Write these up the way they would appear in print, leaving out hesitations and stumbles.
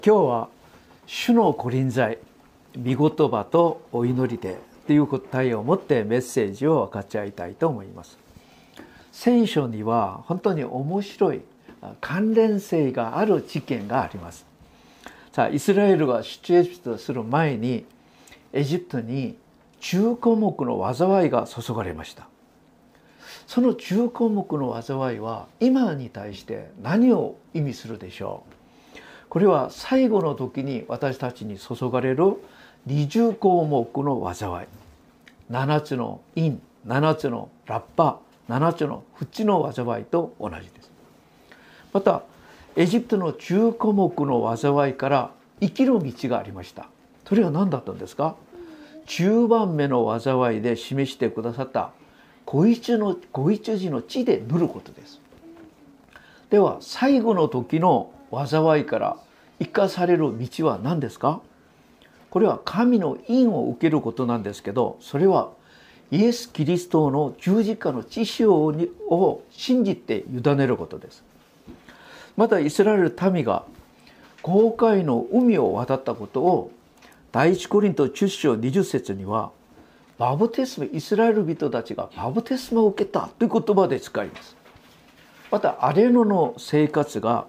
今日は主の御臨在、御言葉とお祈りでという答えを持ってメッセージを分かち合いたいと思います。聖書には本当に面白い関連性がある事件があります。さあ、イスラエルが出エジプトする前にエジプトに10項目の災いが注がれました。その10項目の災いは今に対して何を意味するでしょう。これは最後の時に私たちに注がれる20項目の災い、7つの印、7つのラッパ、7つの縁の災いと同じです。またエジプトの10項目の災いから生きる道がありました。それは何だったんですか。10番目の災いで示してくださった子羊の血で塗ることです。では最後の時の災いから生かされる道は何ですか。これは神の印を受けることなんですけど、それはイエス・キリストの十字架の血潮を信じて委ねることです。またイスラエル民が紅海の海を渡ったことを第一コリント10章20節にはバプテスマ、イスラエル人たちがバプテスマを受けたという言葉で使います。またアレノの生活は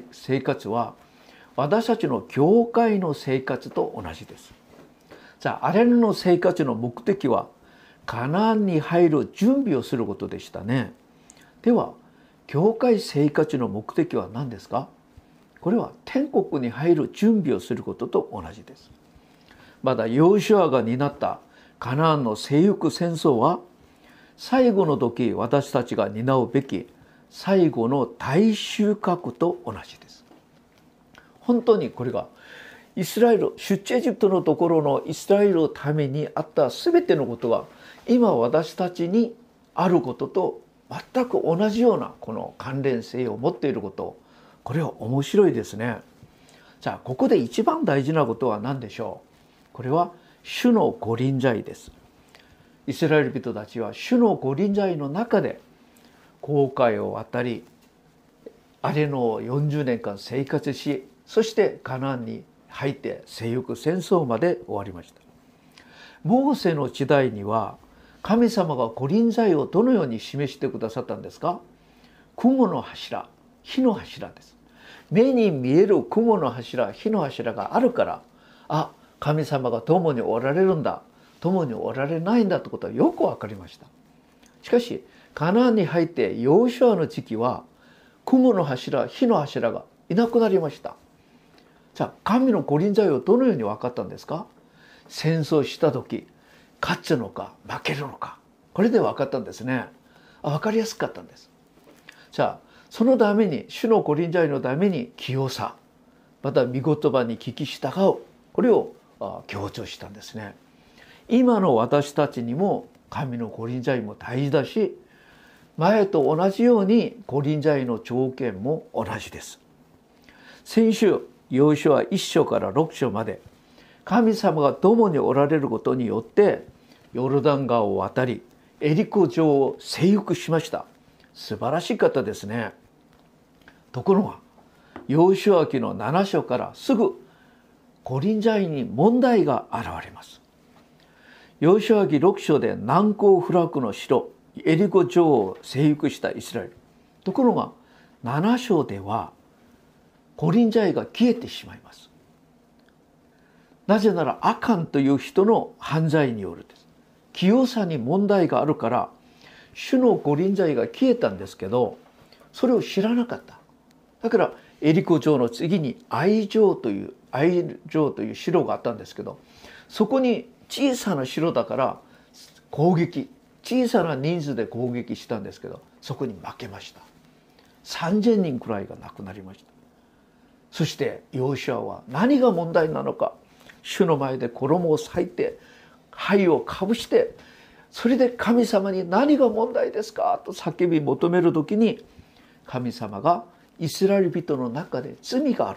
私たちの教会の生活と同じです。さあ、アレノの生活の目的はカナンに入る準備をすることでしたね。では教会生活の目的は何ですか。これは天国に入る準備をすることと同じです。またヨシュアが担ったカナンの征服戦争は最後の時私たちが担うべき最後の大収穫と同じです。本当にこれがイスラエル、出エジプトのところのイスラエルのためにあった全てのことが今私たちにあることと全く同じようなこの関連性を持っていること、これは面白いですね。じゃあここで一番大事なことは何でしょう。これは主の御臨在です。イスラエル人たちは主の御臨在の中で紅海を渡り、アレノを40年間生活し、そしてカナンに入って征服戦争まで終わりました。モーセの時代には神様が御臨在をどのように示してくださったんですか。雲の柱、火の柱です。目に見える雲の柱、火の柱があるから、あ、神様が共におられるんだ、共におられないんだということはよく分かりました。しかしカナンに入ってヨシュアの時期は雲の柱、火の柱がいなくなりました。じゃあ神の御臨在をどのように分かったんですか。戦争した時勝つのか負けるのか、これで分かったんですね。分かりやすかったんです。じゃあそのために主の御臨在のために清さ、また御言葉に聞き従う、これを強調したんですね。今の私たちにも神の御臨在も大事だし、前と同じように御臨在の条件も同じです。先週ヨシュア1章から6章まで神様が共におられることによってヨルダン川を渡りエリコ城を征服しました。素晴らしい方ですね。ところがヨシュア記の7章からすぐ御臨在に問題が現れます。ヨシュア記6章で難攻不落の城エリコ城を征服したイスラエル。ところが7章では御臨在が消えてしまいます。なぜならアカンという人の犯罪によるです。清さに問題があるから主の御臨在が消えたんですけど、それを知らなかった。だからエリコ城の次に愛城という城があったんですけど、そこに小さな城だから小さな人数で攻撃したんですけど、そこに負けました。3000人くらいが亡くなりました。そしてヨシュアは何が問題なのか、主の前で衣を裂いて灰をかぶして、それで神様に何が問題ですかと叫び求める時に、神様がイスラエル人の中で罪がある。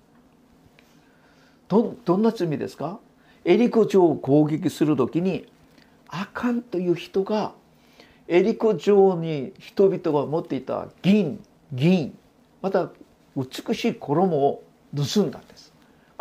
どんな罪ですか。エリコ城を攻撃する時にアカンという人がエリコ城に人々が持っていた銀、また美しい衣を盗んだんです。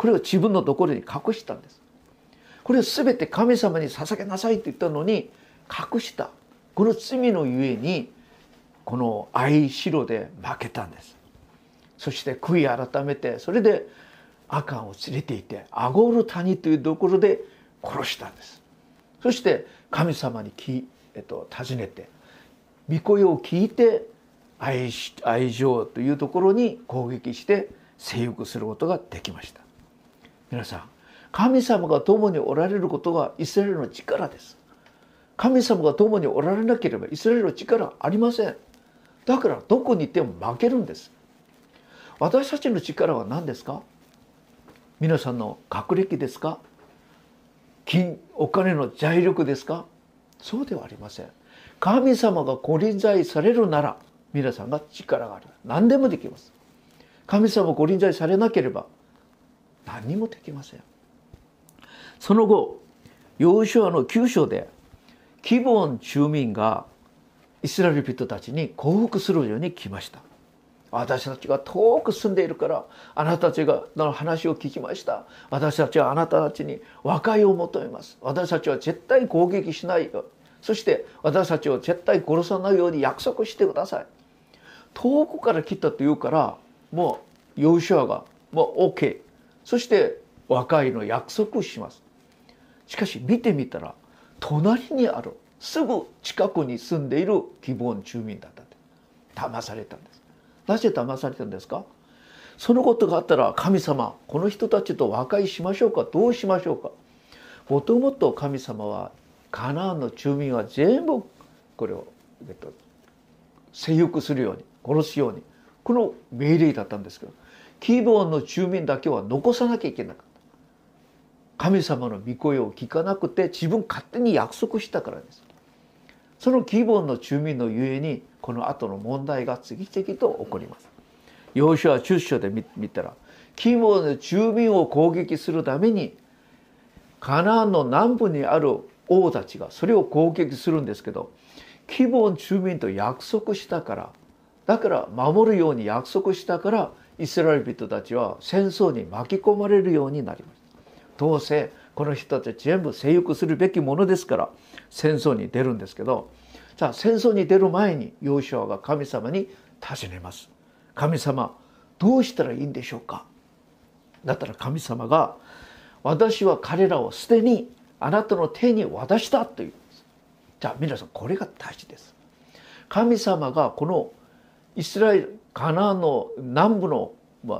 これを自分のところに隠したんです。これを全て神様に捧げなさいって言ったのに隠した。この罪のゆえにこの愛城で負けたんです。そして悔い改めて、それでアカンを連れていてアゴル谷というところで殺したんです。そして神様に尋ねて御声を聞いて愛情というところに攻撃して征服することができました。皆さん、神様が共におられることがイスラエルの力です。神様が共におられなければイスラエルの力ありません。だからどこに行っても負けるんです。私たちの力は何ですか？皆さんの学歴ですか？お金の財力ですか？そうではありません。神様がご臨在されるなら皆さんが力がある。何でもできます。神様がご臨在されなければ何にもできません。その後、ヨシュアの9章でギボン住民がイスラエル人たちに降伏するように来ました。私たちが遠く住んでいるからあなたたちの話を聞きました。私たちはあなたたちに和解を求めます。私たちは絶対攻撃しないよ。そして私たちを絶対殺さないように約束してください。遠くから来たというからもうヨシュアがもう OK。そして和解の約束をします。しかし見てみたら隣にあるすぐ近くに住んでいるギボン住民だったって騙されたんです。なぜ騙されたんですか？そのことがあったら神様この人たちと和解しましょうか、どうしましょうか。もともと神様はカナンの住民は全部これを征服するように殺すようにこの命令だったんですけど、ギボンの住民だけは残さなきゃいけなかった。神様の御声を聞かなくて自分勝手に約束したからです。そのギボンの住民のゆえにこの後の問題が次々と起こります。ヨシュア10章で見たらギボンの住民を攻撃するためにカナンの南部にある王たちがそれを攻撃するんですけど、ギボン住民と約束したから、だから守るように約束したからイスラエル人たちは戦争に巻き込まれるようになりました。どうせこの人たち全部征服するべきものですから戦争に出るんですけど、じゃあ戦争に出る前にヨシュアが神様に尋ねます。神様どうしたらいいんでしょうか。だったら神様が私は彼らをすでにあなたの手に渡したというんです。じゃあ皆さんこれが大事です。神様がこのイスラエルカナンの南部の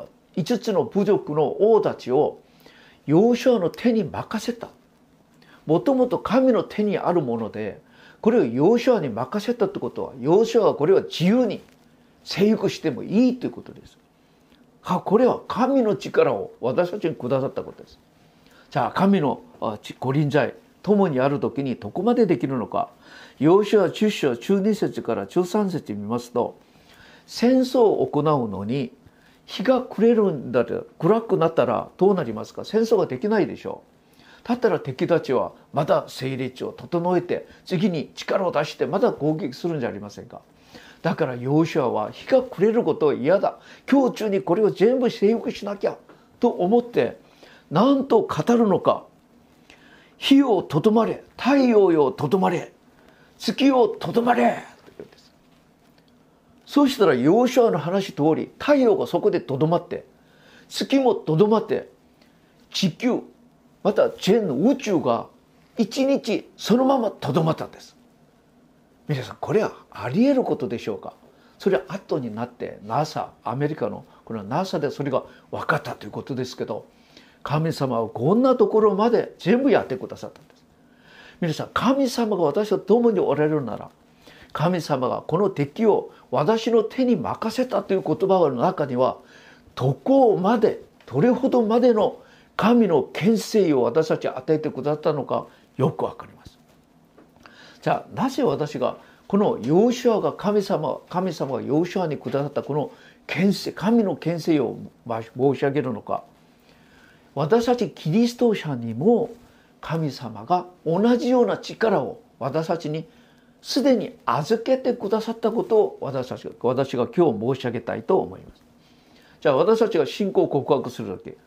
5つの部族の王たちをヨシュアの手に任せた。もともと神の手にあるものでこれをヨシュアに任せたってことはヨシュアはこれを自由に征服してもいいということです。これは神の力を私たちにくださったことです。じゃあ神のご臨在共にある時にどこまでできるのか。ヨシュア10章12節から13節見ますと、戦争を行うのに日が暮れるんだと暗くなったらどうなりますか。戦争ができないでしょう。だったら敵たちはまた整列を整えて次に力を出してまた攻撃するんじゃありませんか。だからヨシュアは日が暮れることを嫌だ、今日中にこれを全部征服しなきゃと思って何と語るのか。日よとどまれ、太陽よとどまれ、月よとどまれと言うんです。そうしたらヨシュアの話通り太陽がそこでとどまって月もとどまって地球また全の宇宙が一日そのままとどまったんです。皆さんこれはあり得ることでしょうか。それは後になって NASA アメリカのこの NASA でそれが分かったということですけど、神様はこんなところまで全部やってくださったんです。皆さん神様が私と共におられるなら、神様がこの敵を私の手に任せたという言葉の中にはどこまでどれほどまでの神の権勢を私たちに与えてくださったのかよくわかります。じゃあなぜ私がこのヨシュアが神様がヨシュアにくださったこの権勢、神の権勢を申し上げるのか。私たちキリスト者にも神様が同じような力を私たちにすでに預けてくださったことを私が今日申し上げたいと思います。じゃあ私たちが信仰を告白するとき、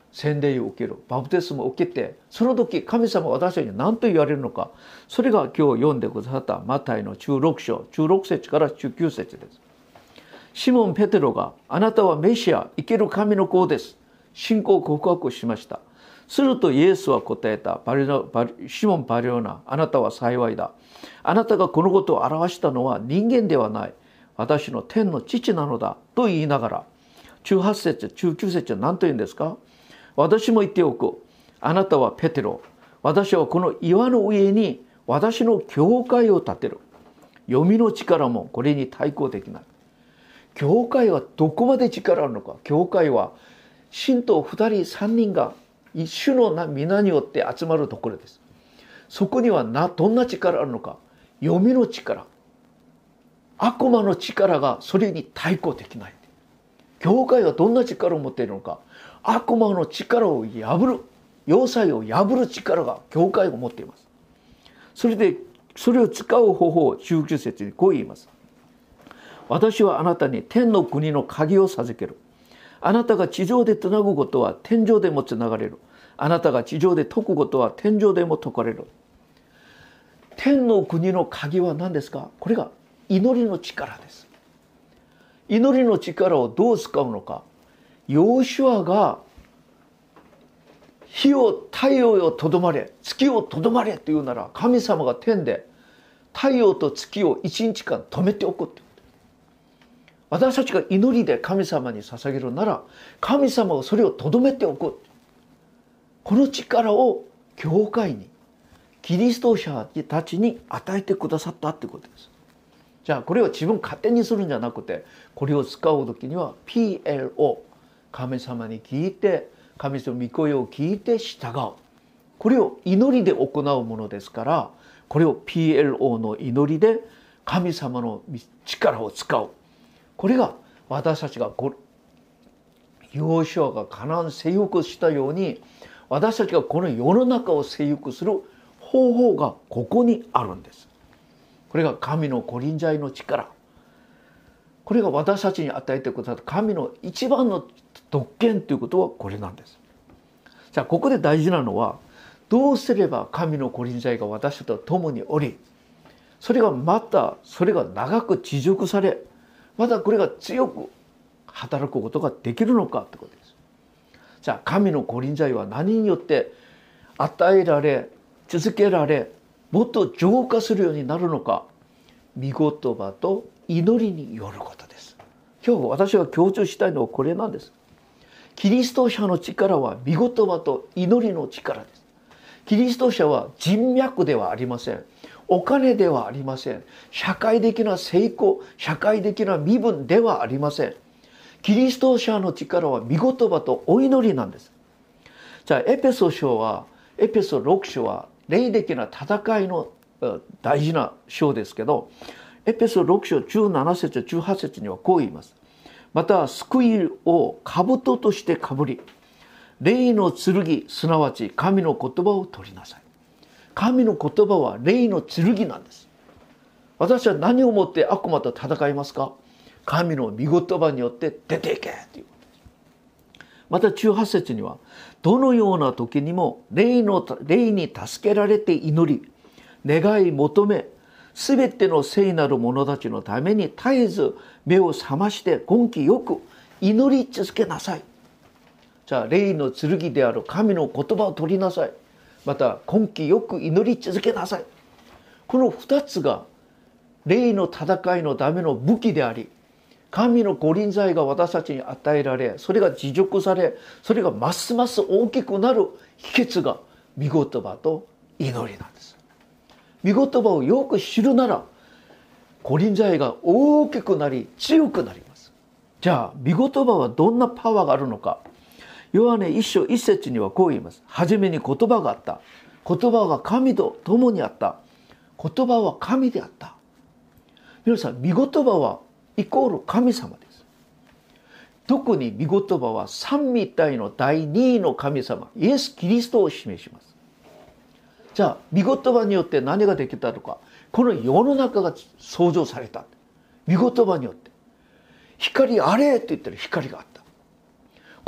洗礼を受ける、バプテスマを受けて、その時神様は私たちに何と言われるのか、それが今日読んでくださったマタイの16章16節から19節です。シモン・ペテロが、あなたはメシア、生ける神の子です、信仰を告白しました。するとイエスは答えた。シモン・バリオナ、あなたは幸いだ。あなたがこのことを表したのは人間ではない、私の天の父なのだと言いながら、18節19節は何と言うんですか。私も言っておく。あなたはペテロ。私はこの岩の上に私の教会を建てる。読みの力もこれに対抗できない。教会はどこまで力あるのか。教会は信徒2人3人が一種の皆によって集まるところです。そこにはどんな力あるのか。読みの力。悪魔の力がそれに対抗できない。教会はどんな力を持っているのか。悪魔の力を破る、要塞を破る力が教会を持っています。それを使う方法を19節にこう言います。私はあなたに天の国の鍵を授ける。あなたが地上でつなぐことは天上でもつながれる。あなたが地上で解くことは天上でも解かれる。天の国の鍵は何ですか。これが祈りの力です。祈りの力をどう使うのか。ヨシュアが太陽をとどまれ、月をとどまれというなら、神様が天で太陽と月を1日間止めておくってこと。私たちが祈りで神様に捧げるなら、神様はそれをとどめておく。この力を教会に、キリスト者たちに与えてくださったってことです。じゃあこれを自分勝手にするんじゃなくて、これを使う時には PLO、神様に聞いて、神様の御声を聞いて従う。これを祈りで行うものですから、これを PLO の祈りで神様の力を使う。これが私たちがヨシュアがカナンを征服したように、私たちがこの世の中を征服する方法がここにあるんです。これが神の御臨在の力。これが私たちに与えてくださった神の一番の特権ということはこれなんです。じゃあここで大事なのは、どうすれば神の御臨在が私たちと共におり、それが長く持続され、またこれが強く働くことができるのかということです。じゃあ神の御臨在は何によって与えられ、続けられ、もっと浄化するようになるのか。御言葉と祈りによることです。今日私が強調したいのはこれなんです。キリスト者の力は御言葉と祈りの力です。キリスト者は人脈ではありません。お金ではありません。社会的な成功、社会的な身分ではありません。キリスト者の力は御言葉とお祈りなんです。じゃあエペソ6章は霊的な戦いの大事な章ですけど、エペソ6章17節18節にはこう言います。また救いを兜としてかぶり、霊の剣、すなわち神の言葉を取りなさい。神の言葉は霊の剣なんです。私は何をもって悪魔と戦いますか。神の御言葉によって出ていけということです。また18節には、どのような時にも霊に助けられて祈り、願い求め、すべての聖なる者たちのために絶えず目を覚まして根気よく祈り続けなさい。じゃあ霊の剣である神の言葉を取りなさい。また根気よく祈り続けなさい。この2つが霊の戦いのための武器であり、神の御臨在が私たちに与えられ、それが持続され、それがますます大きくなる秘訣が御言葉と祈りなんです。御言葉をよく知るなら、御臨在が大きくなり強くなります。じゃあ御言葉はどんなパワーがあるのか。ヨハネ1章1節にはこう言います。はじめに言葉があった。言葉が神と共にあった。言葉は神であった。皆さん、御言葉はイコール神様です。特に御言葉は三位一体の第二位の神様、イエス・キリストを示します。じゃあ御言葉によって何ができたのか。この世の中が創造された。御言葉によって。光あれと言ったら光があった。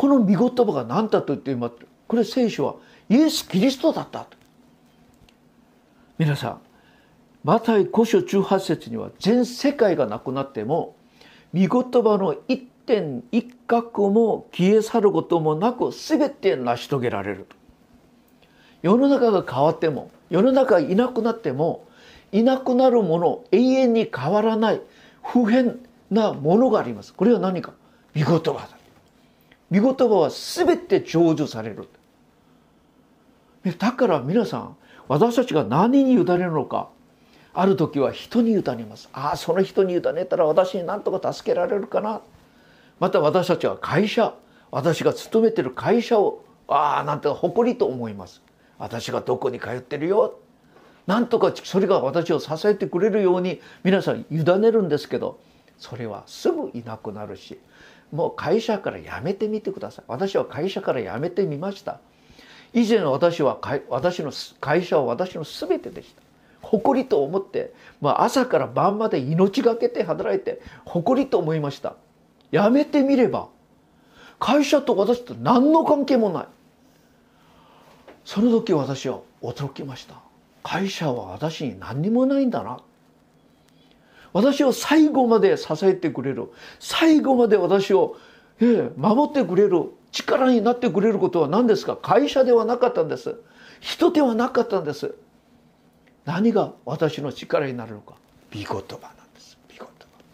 この御言葉が何だと言っています。これ聖書はイエス・キリストだったと。皆さん、マタイ5章18節には、全世界がなくなっても御言葉の一点一角も消え去ることもなく全て成し遂げられると。世の中が変わっても、世の中がいなくなっても、いなくなるもの、永遠に変わらない不変なものがあります。これは何か？御言葉だ。御言葉は全て成就される。だから皆さん、私たちが何に委ねるのか。ある時は人に委ねます。ああ、その人に委ねたら私に何とか助けられるかな。また私たちは会社、私が勤めている会社をなんて誇りと思います。私がどこに通ってるよ。なんとかそれが私を支えてくれるように皆さん委ねるんですけど、それはすぐいなくなるし、もう会社から辞めてみてください。私は会社から辞めてみました。以前私の会社は私の全てでした。誇りと思って、朝から晩まで命がけて働いて誇りと思いました。辞めてみれば会社と私と何の関係もない。その時私は驚きました。会社は私に何にもないんだな。私を最後まで支えてくれる、最後まで私を守ってくれる力になってくれることは何ですか？会社ではなかったんです。人ではなかったんです。何が私の力になるのか？御言葉なんです。御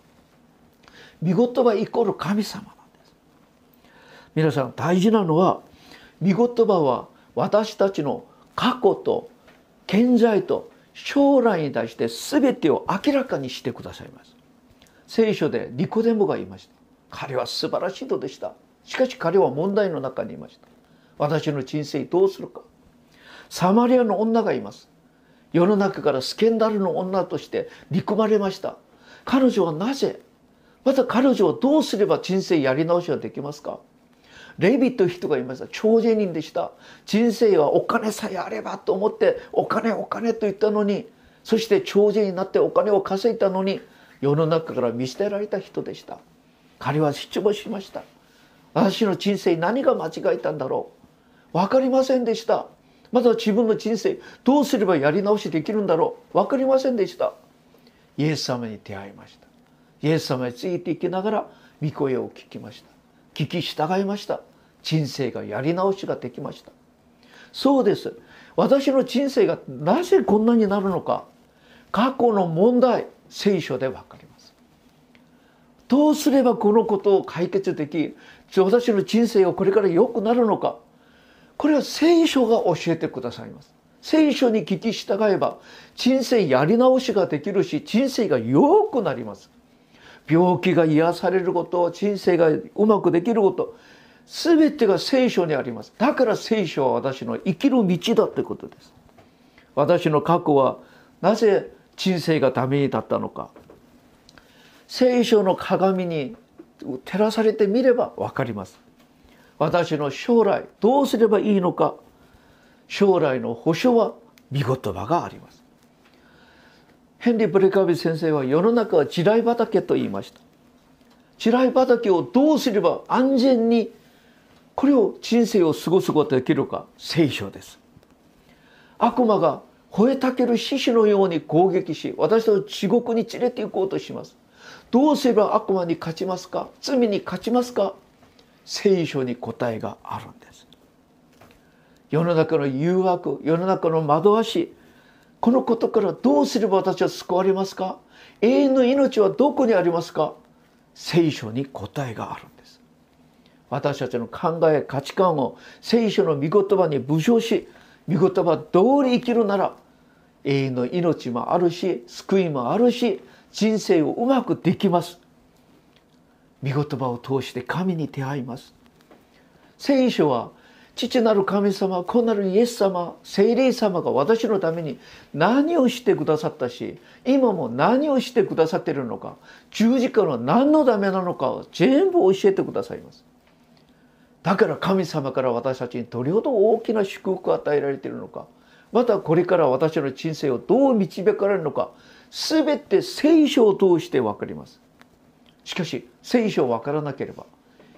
言葉イコール神様なんです。皆さん、大事なのは、御言葉は私たちの過去と現在と将来に対して全てを明らかにしてくださいます。聖書でニコデモがいました。彼は素晴らしい人でした。しかし彼は問題の中にいました。私の人生どうするか。サマリアの女がいます。世の中からスキャンダルの女として憎まれました。彼女はなぜ、また彼女はどうすれば人生やり直しができますか？レビという人がいました。長者人でした。人生はお金さえあればと思ってお金と言ったのに、そして長者になってお金を稼いだのに、世の中から見捨てられた人でした。彼は失望しました。私の人生何が間違えたんだろう。分かりませんでした。また自分の人生どうすればやり直しできるんだろう。分かりませんでした。イエス様に出会いました。イエス様についていきながら御声を聞きました。聞き従いました。人生がやり直しができました。そうです。私の人生がなぜこんなになるのか。過去の問題、聖書で分かります。どうすればこのことを解決でき、私の人生がこれから良くなるのか。これは聖書が教えてくださいます。聖書に聞き従えば人生やり直しができるし、人生が良くなります。病気が癒されること、人生がうまくできること、全てが聖書にあります。だから聖書は私の生きる道だということです。私の過去はなぜ人生がダメになったのか、聖書の鏡に照らされてみれば分かります。私の将来どうすればいいのか。将来の保証は御言葉があります。ヘンリー・ブレカビ先生は世の中は地雷畑と言いました。地雷畑をどうすれば安全にこれを人生を過ごすことができるか。聖書です。悪魔が吠えたける獅子のように攻撃し、私たちを地獄に連れて行こうとします。どうすれば悪魔に勝ちますか？罪に勝ちますか？聖書に答えがあるんです。世の中の誘惑、世の中の惑わし、このことからどうすれば私は救われますか？永遠の命はどこにありますか？聖書に答えがあるんです。私たちの考え、価値観を聖書の御言葉に武装し、御言葉通り生きるなら、永遠の命もあるし、救いもあるし、人生をうまくできます。御言葉を通して神に出会います。聖書は父なる神様、子なるイエス様、聖霊様が私のために何をしてくださったし、今も何をしてくださっているのか、十字架の何のためなのかを全部教えてくださいます。だから神様から私たちにどれほど大きな祝福を与えられているのか、またこれから私の人生をどう導かれるのか、すべて聖書を通して分かります。しかし聖書を分からなければ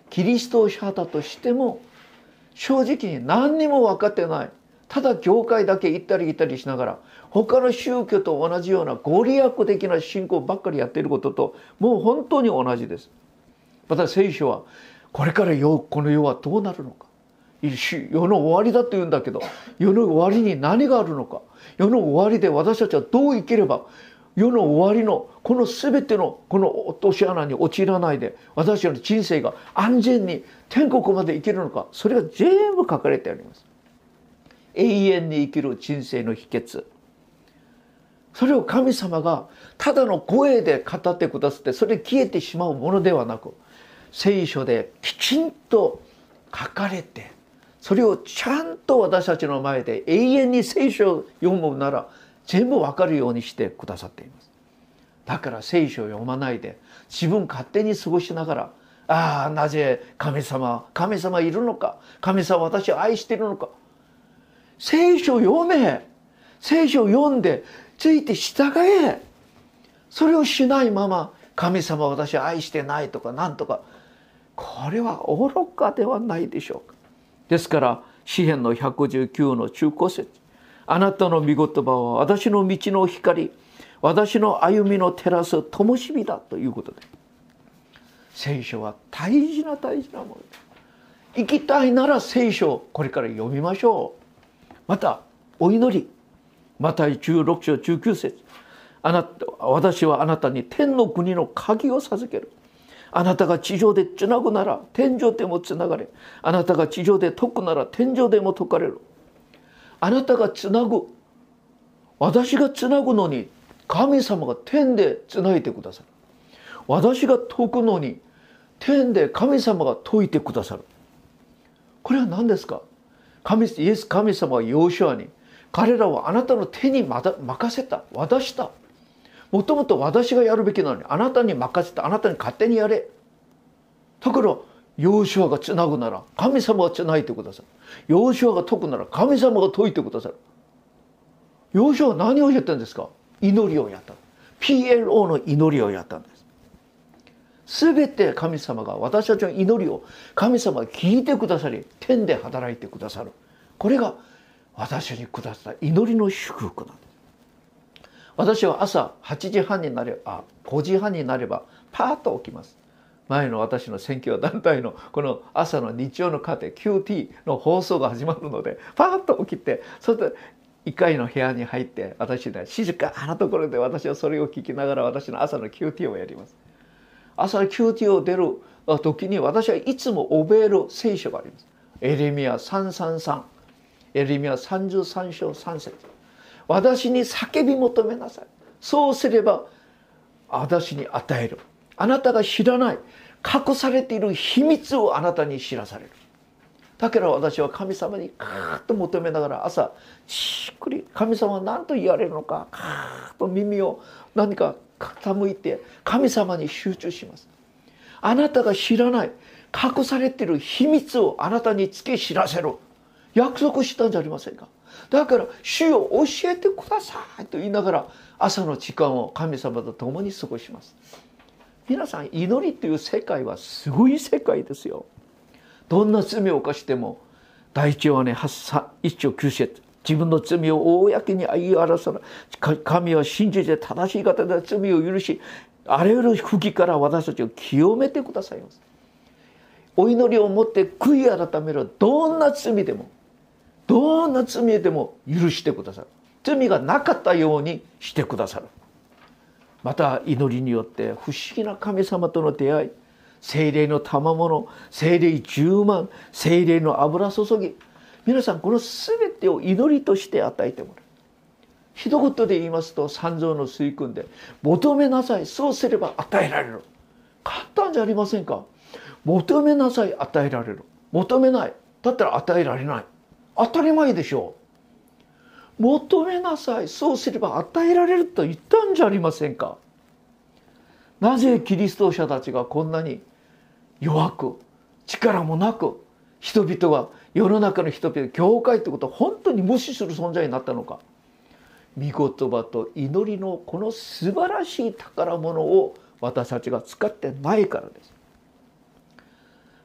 キリスト者だとしても正直に何にも分かってない、ただ教会だけ行ったり来たりしながら他の宗教と同じようなご利益的な信仰ばっかりやっていることともう本当に同じです。また聖書はこれからこの世はどうなるのか、世の終わりだと言うんだけど、世の終わりに何があるのか、世の終わりで私たちはどう生きれば世の終わりのこの全てのこの落とし穴に陥らないで私たちの人生が安全に天国まで生きるのか、それが全部書かれてあります。永遠に生きる人生の秘訣、それを神様がただの声で語ってくださってそれで消えてしまうものではなく、聖書できちんと書かれて、それをちゃんと私たちの前で永遠に聖書を読むなら全部わかるようにしてくださっています。だから聖書を読まないで自分勝手に過ごしながら、ああなぜ神様いるのか、神様私を愛しているのか、聖書を読め、聖書を読んでついて従え。それをしないまま神様私を愛してないとかなんとか、これは愚かではないでしょうか。ですから詩編の119の中高節、あなたの御言葉は私の道の光、私の歩みの照らす灯火だということで、聖書は大事なものです。生きたいなら聖書をこれから読みましょう。またお祈り、マタイ16章19節、私はあなたに天の国の鍵を授ける。あなたが地上でつなぐなら天上でもつながれ、あなたが地上で解くなら天上でも解かれる。あなたがつなぐ、私がつなぐのに神様が天でつないでくださる。私が解くのに天で神様が解いてくださる。これは何ですか。神様はヨシュアに、彼らはあなたの手に任せた、渡した。もともと私がやるべきなのにあなたに任せた、あなたに勝手にやれ。だからヨシュアがつなぐなら神様がつないでくださる。ヨシュアが解くなら神様が解いてくださる。ヨシュアは何をやったんですか。祈りをやった。 PLO の祈りをやったんです。すべて神様が私たちの祈りを神様が聞いてくださり、天で働いてくださる。これが私にくださった祈りの祝福なんです。私は朝8時半になれば5時半になればパーッと起きます。前の私の選挙団体のこの朝の日曜のカテ QT の放送が始まるのでパーッと起きて、そして1階の部屋に入って私ね静かなところで私はそれを聞きながら私の朝の QT をやります。朝の QT を出る時に私はいつも覚える聖書があります。エレミヤ333、エレミヤ33章3節、私に叫び求めなさい、そうすれば私に与える。あなたが知らない隠されている秘密をあなたに知らされる。だから私は神様にカーッと求めながら朝じっくり神様は何と言われるのか、カーッと耳を何か傾いて神様に集中します。あなたが知らない隠されている秘密をあなたに付け知らせる約束したんじゃありませんか。だから主よ教えてくださいと言いながら朝の時間を神様と共に過ごします。皆さん、祈りという世界はすごい世界ですよ。どんな罪を犯しても第一ヨハネ1章9節、自分の罪を公に言い表さない神は信じて正しい方で罪を許し、あらゆる不義から私たちを清めてくださいます。お祈りを持って悔い改める。どんな罪でも許してくださる。罪がなかったようにしてくださる。また祈りによって不思議な神様との出会い、聖霊の賜物、聖霊充満、聖霊の油注ぎ、皆さんこの全てを祈りとして与えてもらう。一言で言いますと三蔵の水訓で求めなさい、そうすれば与えられる。簡単じゃありませんか。求めなさい、与えられる。求めないだったら与えられない。当たり前でしょう。求めなさい、そうすれば与えられると言ったんじゃありませんか。なぜキリスト者たちがこんなに弱く力もなく、人々が世の中の人々、教会ということを本当に無視する存在になったのか。御言葉と祈りのこの素晴らしい宝物を私たちが使ってないからです。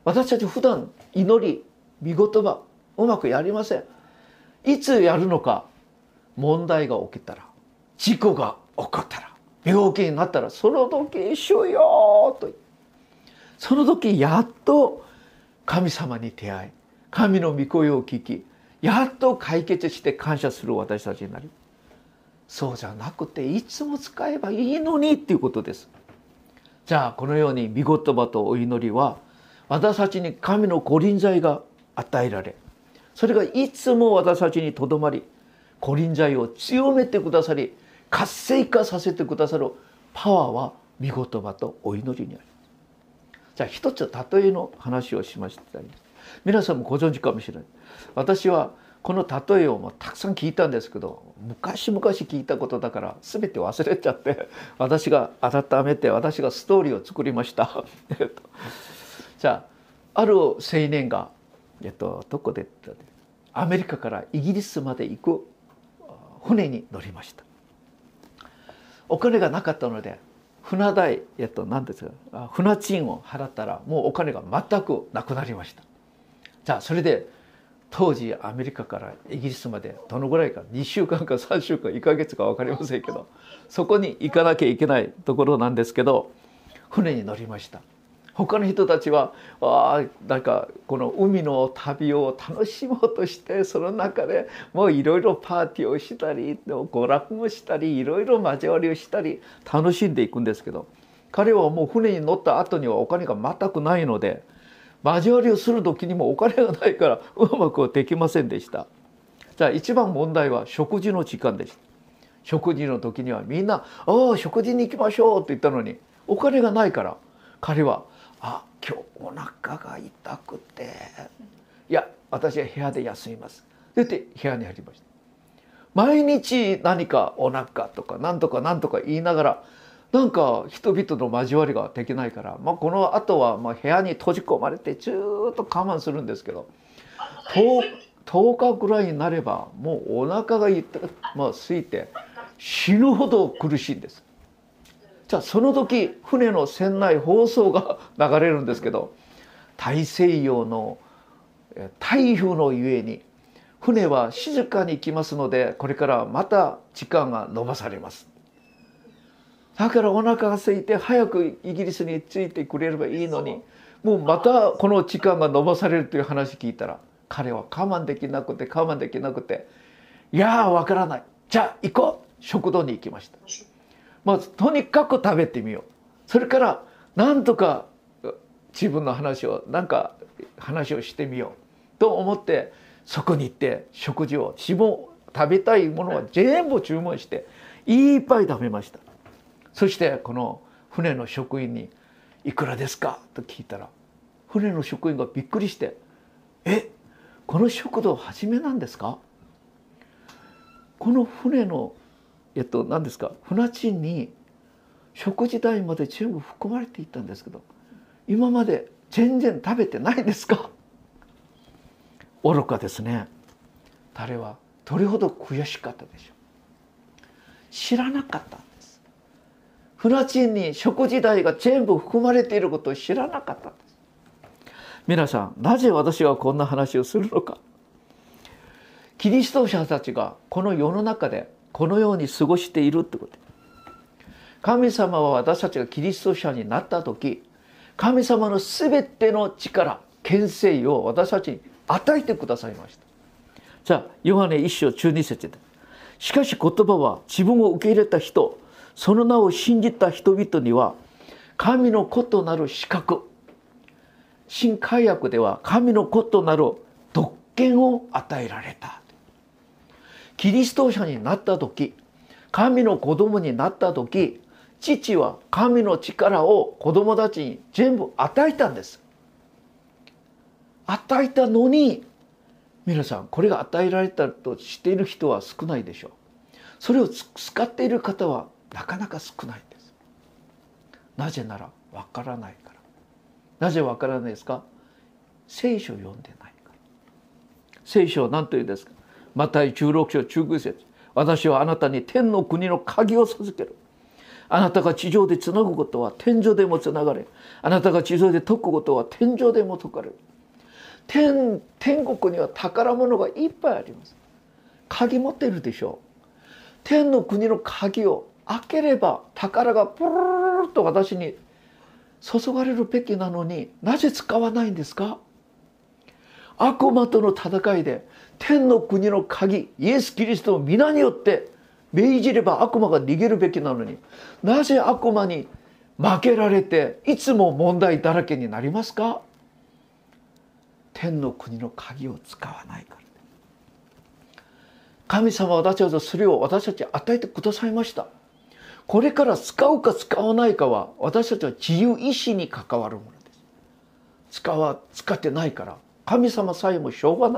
私たち普段祈り、御言葉うまくやりません。いつやるのか、問題が起きたら、事故が起こったら、病気になったら、その時主よと、その時やっと神様に出会い、神の御声を聞き、やっと解決して感謝する私たちになる。そうじゃなくて、いつも使えばいいのにっていうことです。じゃあこのように御言葉とお祈りは、私たちに神の御臨在が与えられ、それがいつも私たちにとどまり、御臨在を強めてくださり、活性化させてくださるパワーは御言葉とお祈りにある。じゃあ一つ例えの話をしました。皆さんもご存知かもしれない。私はこの例えをもうたくさん聞いたんですけど、昔々聞いたことだから全て忘れちゃって、私が改めて私がストーリーを作りました。じゃあある青年がどこでアメリカからイギリスまで行く船に乗りました。お金がなかったので船代何ですか、船賃を払ったらもうお金が全くなくなりました。じゃあそれで当時アメリカからイギリスまでどのぐらいか、2週間か3週間1ヶ月か分かりませんけど、そこに行かなきゃいけないところなんですけど、船に乗りました。他の人たちはなんかこの海の旅を楽しもうとして、その中でもういろいろパーティーをしたり娯楽もしたり、いろいろ交わりをしたり楽しんでいくんですけど、彼はもう船に乗った後にはお金が全くないので、交わりをする時にもお金がないからうまくできませんでした。じゃあ一番問題は食事の時間でした。食事の時にはみんな食事に行きましょうと言ったのに、お金がないから彼は今日お腹が痛くて、いや私は部屋で休みますって言って部屋に入りました。毎日何かお腹とかなんとかなんとか言いながら、なんか人々の交わりができないから、この後は部屋に閉じ込まれてずっと我慢するんですけど、10日ぐらいになればもうお腹が空いて死ぬほど苦しいんです。じゃあその時船の船内放送が流れるんですけど、大西洋の台風のゆえに船は静かに来ますので、これからまた時間が延ばされます。だからお腹が空いて早くイギリスに着いてくれればいいのに、もうまたこの時間が延ばされるという話聞いたら、彼は我慢できなくて、いやわからない、じゃあ行こう、食堂に行きました。まずとにかく食べてみよう。それからなんとか自分の話をしてみようと思って、そこに行って食事を食べたいものは全部注文していっぱい食べました。そしてこの船の職員に「いくらですか?」と聞いたら、船の職員がびっくりして「この食堂初めなんですか？この船の何ですか、船賃に食事代まで全部含まれていたんですけど、今まで全然食べてないですか？」愚かですね。彼はどれほど悔しかったでしょう。知らなかったんです。船賃に食事代が全部含まれていることを知らなかったんです。皆さん、なぜ私はこんな話をするのか。キリスト者たちがこの世の中でこのように過ごしているってこと。神様は私たちがキリスト者になった時、神様のすべての力、権勢を私たちに与えてくださいました。じゃあヨハネ1章12節で、しかし言葉は自分を受け入れた人、その名を信じた人々には神の子となる資格、新海訳では神の子となる特権を与えられた。キリスト者になった時、神の子供になった時、父は神の力を子供たちに全部与えたんです。与えたのに、皆さんこれが与えられたとしている人は少ないでしょう。それを使っている方はなかなか少ないんです。なぜならわからないから。なぜわからないですか？聖書を読んでないから。聖書は何と言うんですか？マタイ16章19節、私はあなたに天の国の鍵を授ける。 あなたが地上でつなぐことは天上でもつながれ、あなたが地上で解くことは天上でも解かれる。天国には宝物がいっぱいあります。鍵持ってるでしょう。天の国の鍵を開ければ宝がプルルルと私に注がれるべきなのに、なぜ使わないんですか？悪魔との戦いで天の国の鍵、イエス・キリストの皆によって命じれば悪魔が逃げるべきなのに、なぜ悪魔に負けられていつも問題だらけになりますか？天の国の鍵を使わないから。神様は私たちはそれを私たちに与えてくださいました。これから使うか使わないかは私たちは自由意志に関わるものです。使ってないから神様さえもしょうがない。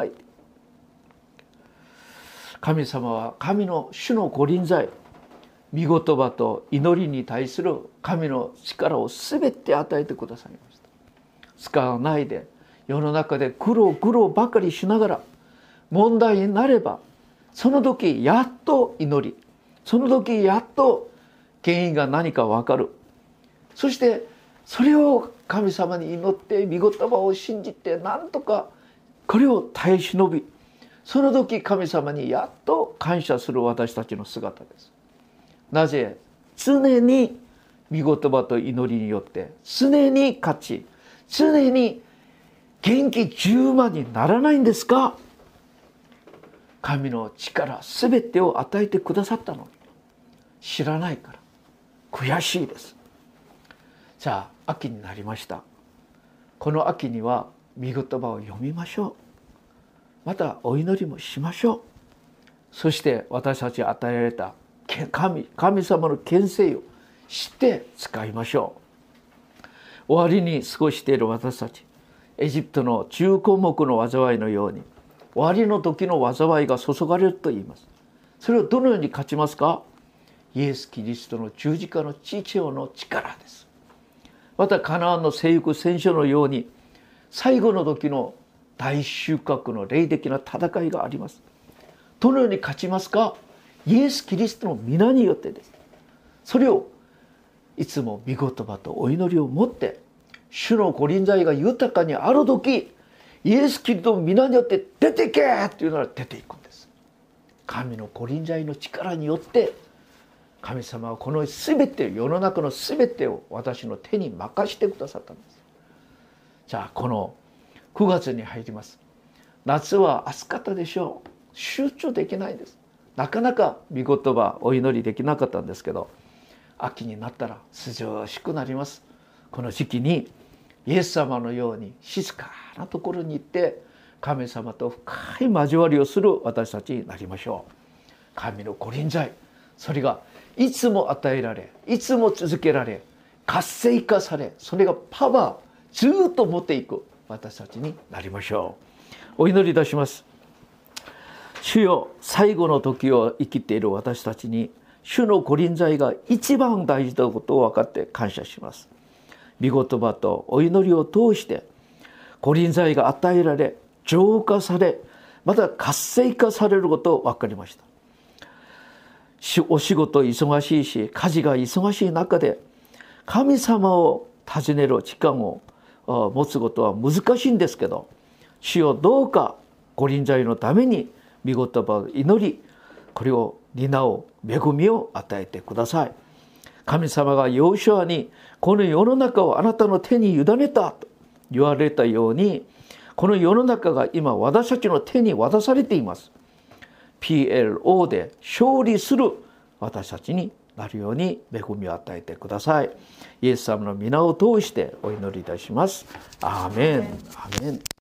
神様は神の主の御臨在、御言葉と祈りに対する神の力を全て与えてくださいました。使わないで世の中で苦労ばかりしながら問題になれば、その時やっと祈り、その時やっと原因が何か分かる。そしてそれを神様に祈って御言葉を信じてなんとかこれを耐え忍び、その時神様にやっと感謝する私たちの姿です。なぜ常に御言葉と祈りによって常に勝ち、常に元気充満にならないんですか？神の力すべてを与えてくださったのに知らないから悔しいです。じゃあ秋になりました。この秋には御言葉を読みましょう。またお祈りもしましょう。そして私たちに与えられた神様の権勢を知って使いましょう。終わりに過ごしている私たち、エジプトの10項目の災いのように終わりの時の災いが注がれると言います。それをどのように勝ちますか？イエス・キリストの十字架の父親の力です。またカナンの征服戦勝のように最後の時の大収穫の霊的な戦いがあります。どのように勝ちますか？イエス・キリストの皆によってです。それをいつも御言葉とお祈りを持って主の御臨在が豊かにある時、イエス・キリストの皆によって出てけっていうなら出ていくんです。神の御臨在の力によって神様はこの全て、世の中の全てを私の手に任してくださったんです。じゃあこの9月に入ります。夏は暑かったでしょう。集中できないです。なかなか御言葉お祈りできなかったんですけど、秋になったら涼しくなります。この時期にイエス様のように静かなところに行って神様と深い交わりをする私たちになりましょう。神の御臨在、それがいつも与えられ、いつも続けられ、活性化され、それがパワーずっと持っていく私たちになりましょう。お祈りいたします。主よ、最後の時を生きている私たちに主の御臨在が一番大事なことを分かって感謝します。御言葉とお祈りを通して御臨在が与えられ、浄化され、また活性化されることを分かりました。お仕事忙しいし、家事が忙しい中で神様を訪ねる時間を持つことは難しいんですけど、主よ、どうか御臨在のために御言葉を祈り、これを担う恵みを与えてください。神様がヨシュアにこの世の中をあなたの手に委ねたと言われたように、この世の中が今私たちの手に渡されています。PLO で勝利する私たちになるように恵みを与えてください。イエス様の皆を通してお祈りいたします。アーメン。アーメン。